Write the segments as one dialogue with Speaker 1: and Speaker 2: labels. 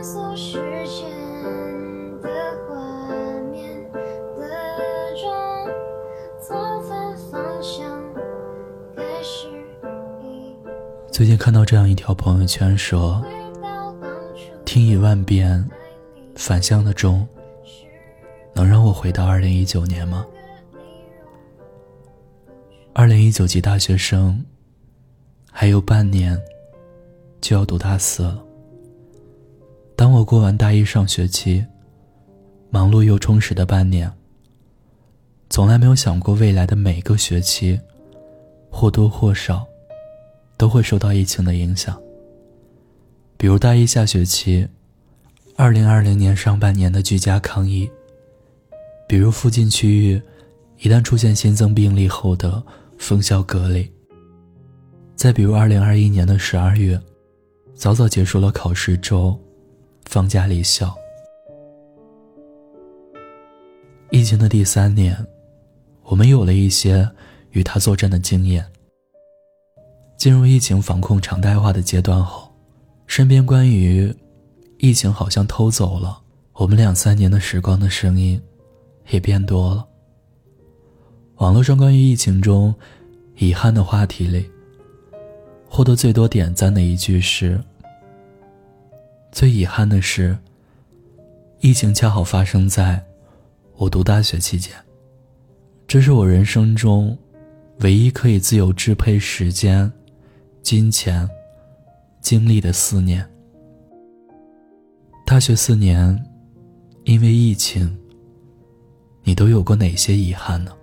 Speaker 1: 索时间的画面的妆，错反方向开始
Speaker 2: 最近看到这样一条朋友圈说，听10000遍反向的钟，能让我回到2019年吗？2019级大学生还有半年就要读大4了。当我过完大一上学期，忙碌又充实的半年，从来没有想过未来的每个学期或多或少都会受到疫情的影响。比如大一下学期2020年上半年的居家抗疫，比如附近区域一旦出现新增病例后的封校隔离，再比如2021年的12月早早结束了考试周，放假离校。疫情的第3年，我们有了一些与它作战的经验。进入疫情防控常态化的阶段后，身边关于疫情好像偷走了我们2-3年的时光的声音也变多了。网络上关于疫情中遗憾的话题里，获得最多点赞的一句是，最遗憾的是疫情恰好发生在我读大学期间，这是我人生中唯一可以自由支配时间、金钱、精力的4年。大学4年，因为疫情，你都有过哪些遗憾呢？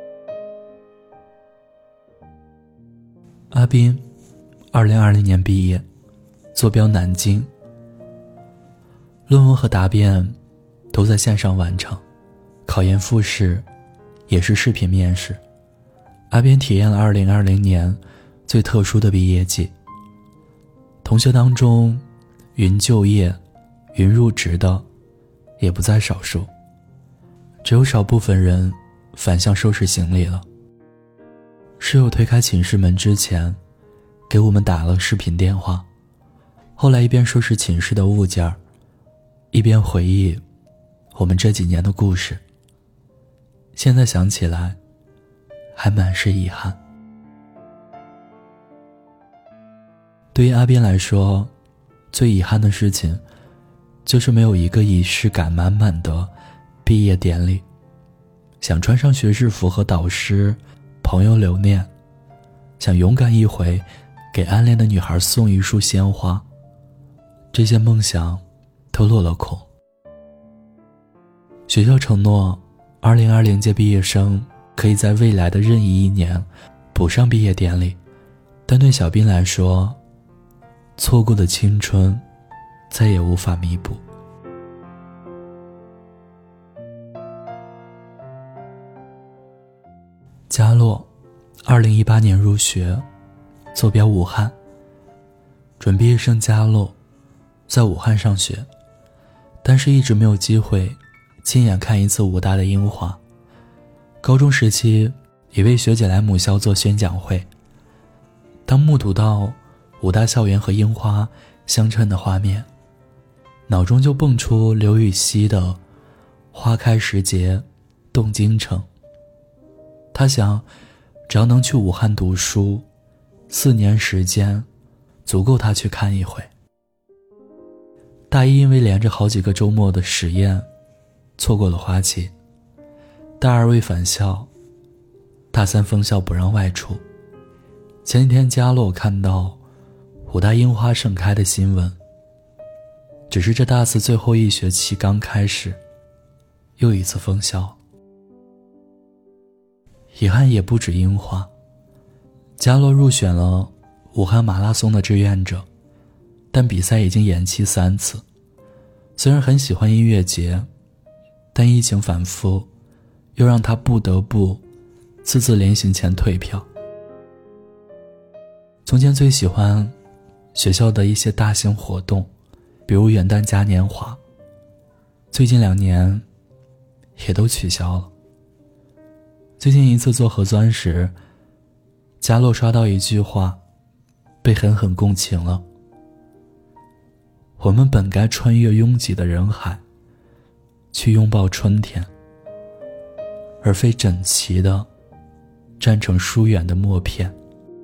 Speaker 2: 阿斌2020年毕业，坐标南京，论文和答辩都在线上完成，考研复试也是视频面试。阿斌体验了2020年最特殊的毕业季，同学当中云就业、云入职的也不在少数，只有少部分人反向收拾行李了。室友推开寝室门之前给我们打了视频电话，后来一边收拾寝室的物件，一边回忆我们这几年的故事。现在想起来还满是遗憾。对于阿斌来说，最遗憾的事情就是没有一个仪式感满满的毕业典礼。想穿上学士服和导师朋友留念，想勇敢一回给暗恋的女孩送一束鲜花，这些梦想都落了空。学校承诺2020届毕业生可以在未来的任意一年补上毕业典礼，但对小斌来说，错过的青春再也无法弥补。佳洛2018年入学，坐标武汉。准毕业生佳洛在武汉上学，但是一直没有机会亲眼看一次武大的樱花。高中时期一位学姐来母校做宣讲会，当目睹到武大校园和樱花相衬的画面，脑中就蹦出刘禹锡的花开时节动京城。他想，只要能去武汉读书，4年时间足够他去看一回。大一因为连着好几个周末的实验错过了花期，大二未返校，大3封校不让外出。前几天佳洛看到武大樱花盛开的新闻，只是这大4最后一学期刚开始，又一次封校。遗憾也不止樱花，佳洛入选了武汉马拉松的志愿者，但比赛已经延期3次。虽然很喜欢音乐节，但疫情反复又让他不得不次临行前退票。从前最喜欢学校的一些大型活动，比如元旦嘉年华，最近2年也都取消了。最近一次做核酸时，佳洛刷到一句话，被狠狠共情了。 我们本该穿越拥挤的人海，去拥抱春天，而非整齐地站成疏远的默片。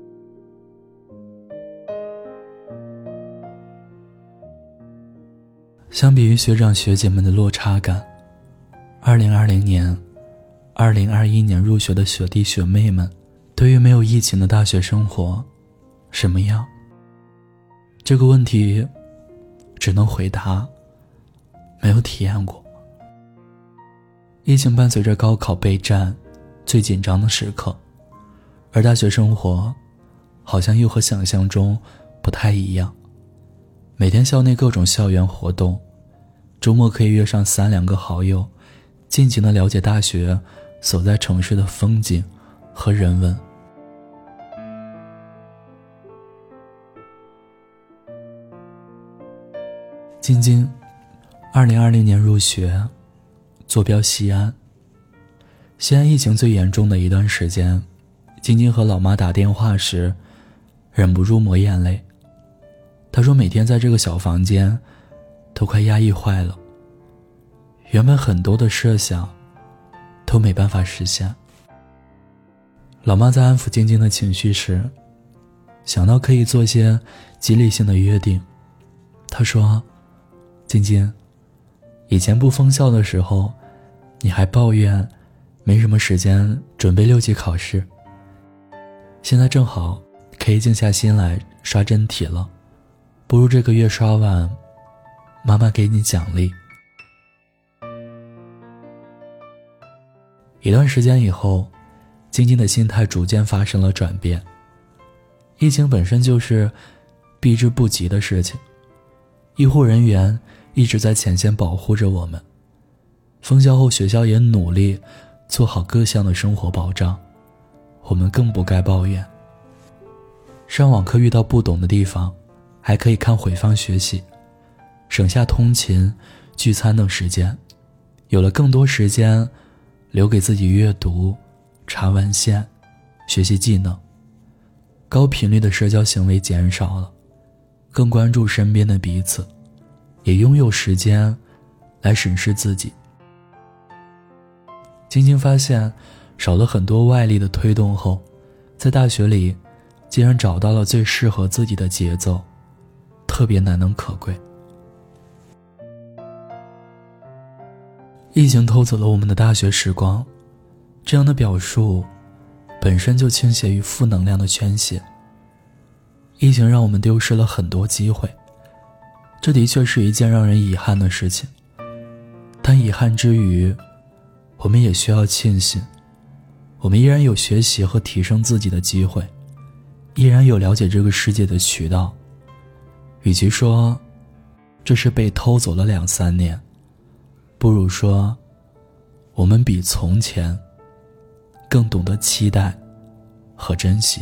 Speaker 2: 相比于学长学姐们的落差感，2020年、2021年入学的学弟学妹们，对于没有疫情的大学生活什么样？这个问题只能回答没有体验过。疫情伴随着高考备战最紧张的时刻，而大学生活好像又和想象中不太一样。每天校内各种校园活动，周末可以约上3-2个好友，尽情地了解大学所在城市的风景和人文。晶晶2020年入学，坐标西安。西安疫情最严重的一段时间，晶晶和老妈打电话时忍不住抹眼泪。她说每天在这个小房间都快压抑坏了，原本很多的设想都没办法实现。老妈在安抚晶晶的情绪时，想到可以做些激励性的约定。她说，晶晶，以前不封校的时候，你还抱怨没什么时间准备6级考试，现在正好可以静下心来刷真题了，不如这个月刷完，妈妈给你奖励。一段时间以后，晶晶的心态逐渐发生了转变。疫情本身就是避之不及的事情，医护人员一直在前线保护着我们，封校后学校也努力做好各项的生活保障，我们更不该抱怨。上网课遇到不懂的地方，还可以看回放学习，省下通勤、聚餐等时间，有了更多时间留给自己阅读、查文献、学习技能。高频率的社交行为减少了，更关注身边的彼此，也拥有时间来审视自己。晶晶发现少了很多外力的推动后，在大学里竟然找到了最适合自己的节奏，特别难能可贵。疫情偷走了我们的大学时光，这样的表述本身就倾斜于负能量的宣泄。疫情让我们丢失了很多机会，这的确是一件让人遗憾的事情，但遗憾之余，我们也需要庆幸，我们依然有学习和提升自己的机会，依然有了解这个世界的渠道。与其说这是被偷走了2-3年，不如说我们比从前更懂得期待和珍惜。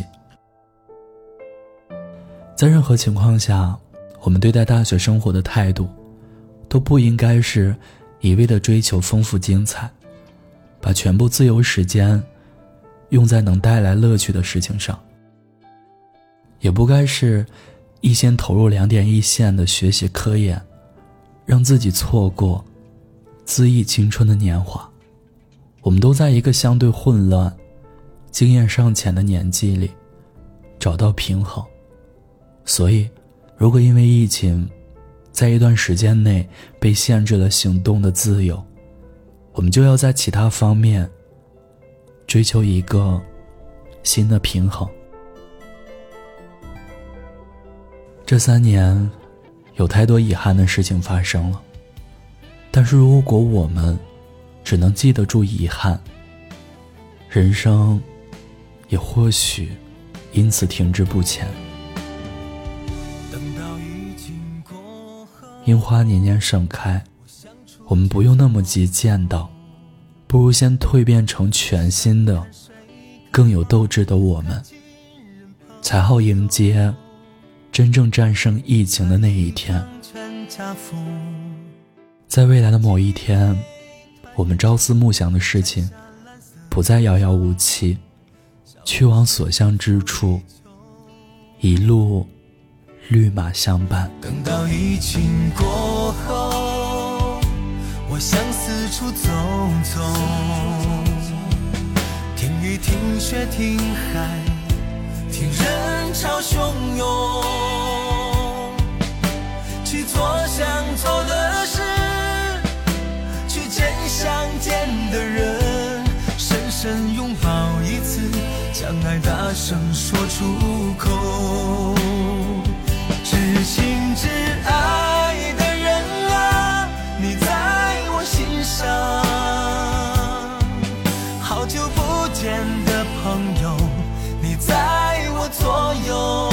Speaker 2: 在任何情况下，我们对待大学生活的态度都不应该是一味地追求丰富精彩，把全部自由时间用在能带来乐趣的事情上，也不该是一心投入2点一线的学习科研，让自己错过恣意青春的年华。我们都在一个相对混乱、经验尚浅的年纪里找到平衡，所以如果因为疫情在一段时间内被限制了行动的自由，我们就要在其他方面追求一个新的平衡。这3年有太多遗憾的事情发生了，但是如果我们只能记得住遗憾，人生也或许因此停滞不前。樱花年年盛开，我们不用那么急见到，不如先蜕变成全新的、更有斗志的我们，才好迎接真正战胜疫情的那一天。在未来的某一天，我们朝思暮想的事情不再遥遥无期，去往所向之处，一路绿马相伴。
Speaker 3: 等到疫情过后，我想四处走走，听雨听雪听海，听人潮汹涌，去做想做的事，去见想见的人，深深拥抱一次，将爱大声说出口。知心知爱的人啊，你在我心上，好久不见的朋友，你在我左右。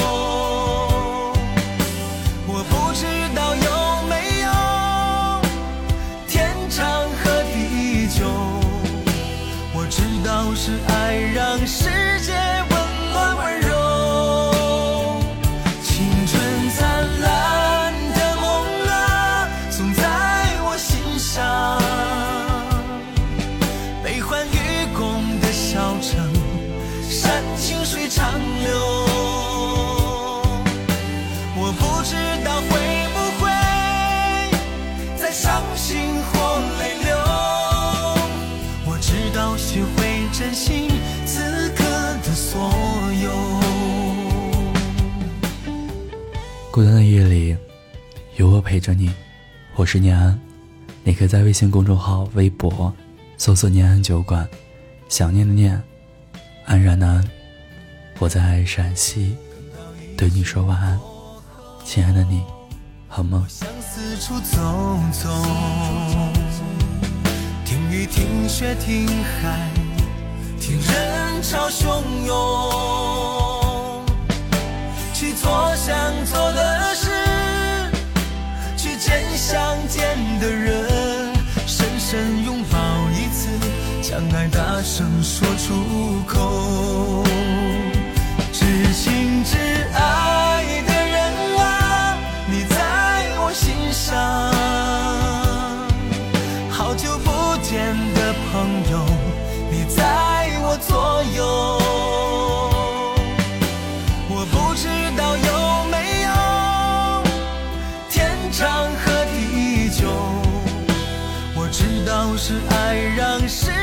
Speaker 3: 我不知道有没有天长和地久，我知道是爱让世界温暖温柔。青春灿烂的梦啊，总在我心上，悲欢与共的小城，山清水长流。我不知道会不会再伤心或泪流，我知道学会珍惜此刻的所有。
Speaker 2: 孤单的夜里，有我陪着你。我是念安，你可以在微信公众号、微博搜索念安酒馆，想念的念，安然的安。我在陕西对你说晚安，亲爱的你，好梦。
Speaker 3: 想四处走走，听雨听雪听海，听人潮汹涌，去做想做的事，去见想见的人，深深拥抱一次，将爱大声说出口。知心知爱的人啊，你在我心上，好久不见的朋友，你在我左右。我不知道有没有天长和地久，我知道是爱让世